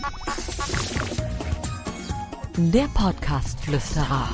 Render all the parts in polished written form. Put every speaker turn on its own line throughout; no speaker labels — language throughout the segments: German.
Der Podcast-Flüsterer.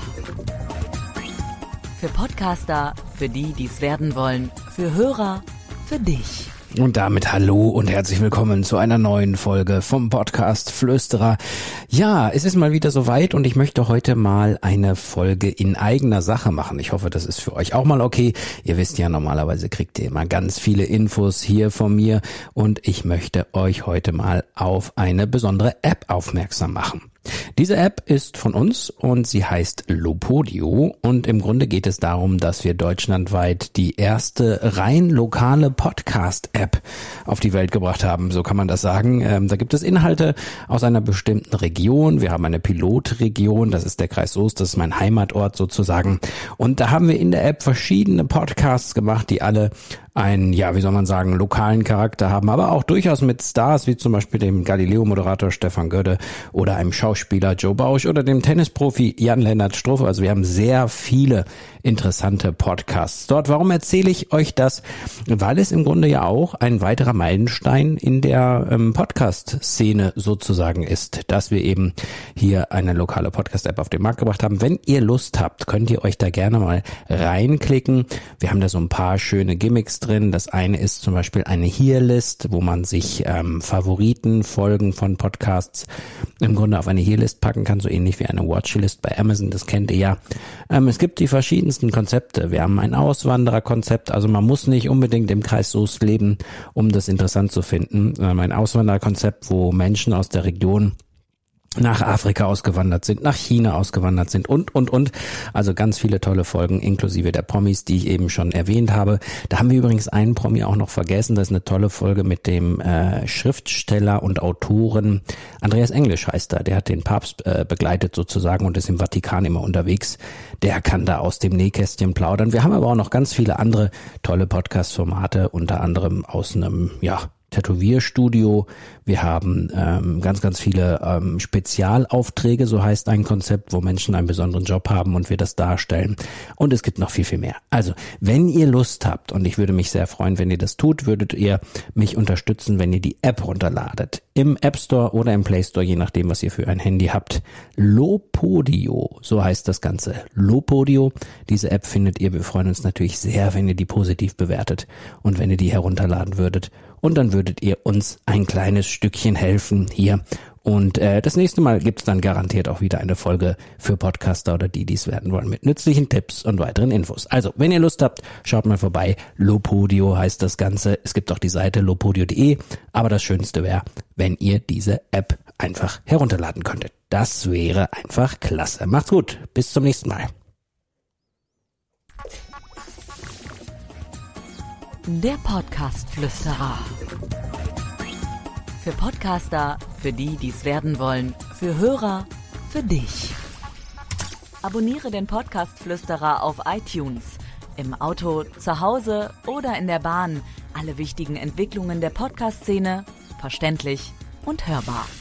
Für Podcaster, für die, die es werden wollen, für Hörer, für dich.
Und damit hallo und herzlich willkommen zu einer neuen Folge vom Podcast Flüsterer. Ja, es ist mal wieder soweit und ich möchte heute mal eine Folge in eigener Sache machen. Ich hoffe, das ist für euch auch mal okay. Ihr wisst ja, normalerweise kriegt ihr immer ganz viele Infos hier von mir und ich möchte euch heute mal auf eine besondere App aufmerksam machen. Diese App ist von uns und sie heißt Lopodio und im Grunde geht es darum, dass wir deutschlandweit die erste rein lokale Podcast-App auf die Welt gebracht haben, so kann man das sagen. Da gibt es Inhalte aus einer bestimmten Region. Wir haben eine Pilotregion, das ist der Kreis Soest, das ist mein Heimatort sozusagen. Und da haben wir in der App verschiedene Podcasts gemacht, die alle einen, ja, wie soll man sagen, lokalen Charakter haben, aber auch durchaus mit Stars, wie zum Beispiel dem Galileo-Moderator Stefan Gödde oder einem Schauspieler Joe Bausch oder dem Tennisprofi Jan-Lennart Struff. Also wir haben sehr viele interessante Podcasts dort. Warum erzähle ich euch das? Weil es im Grunde ja auch ein weiterer Meilenstein in der Podcast-Szene sozusagen ist, dass wir eben hier eine lokale Podcast-App auf den Markt gebracht haben. Wenn ihr Lust habt, könnt ihr euch da gerne mal reinklicken. Wir haben da so ein paar schöne Gimmicks drin. Das eine ist zum Beispiel eine Hearlist, wo man sich Favoriten, Folgen von Podcasts im Grunde auf eine Hearlist packen kann, so ähnlich wie eine Watchlist bei Amazon, das kennt ihr ja. Es gibt die verschiedensten Konzepte. Wir haben ein Auswandererkonzept, also man muss nicht unbedingt im Kreis Soest leben, um das interessant zu finden. Ein Auswandererkonzept, wo Menschen aus der Region nach Afrika ausgewandert sind, nach China ausgewandert sind und. Also ganz viele tolle Folgen, inklusive der Promis, die ich eben schon erwähnt habe. Da haben wir übrigens einen Promi auch noch vergessen. Das ist eine tolle Folge mit dem Schriftsteller und Autoren Andreas Englisch heißt er. Der hat den Papst begleitet sozusagen und ist im Vatikan immer unterwegs. Der kann da aus dem Nähkästchen plaudern. Wir haben aber auch noch ganz viele andere tolle Podcast-Formate, unter anderem aus einem, Tätowierstudio. Wir haben ganz viele Spezialaufträge, so heißt ein Konzept, wo Menschen einen besonderen Job haben und wir das darstellen. Und es gibt noch viel mehr. Also, wenn ihr Lust habt, und ich würde mich sehr freuen, wenn ihr das tut, würdet ihr mich unterstützen, wenn ihr die App runterladet. Im App Store oder im Play Store, je nachdem, was ihr für ein Handy habt. Lopodio, so heißt das Ganze. Lopodio. Diese App findet ihr. Wir freuen uns natürlich sehr, wenn ihr die positiv bewertet und wenn ihr die herunterladen würdet. Und dann würdet ihr uns ein kleines Stückchen helfen hier. Und das nächste Mal gibt's dann garantiert auch wieder eine Folge für Podcaster oder die es werden wollen mit nützlichen Tipps und weiteren Infos. Also, wenn ihr Lust habt, schaut mal vorbei. Lopodio heißt das Ganze. Es gibt auch die Seite lopodio.de. Aber das Schönste wäre, wenn ihr diese App einfach herunterladen könntet. Das wäre einfach klasse. Macht's gut. Bis zum nächsten Mal.
Der Podcast-Flüsterer. Für Podcaster, für die es werden wollen, für Hörer, für dich. Abonniere den Podcast-Flüsterer auf iTunes. Im Auto, zu Hause oder in der Bahn. Alle wichtigen Entwicklungen der Podcast-Szene verständlich und hörbar.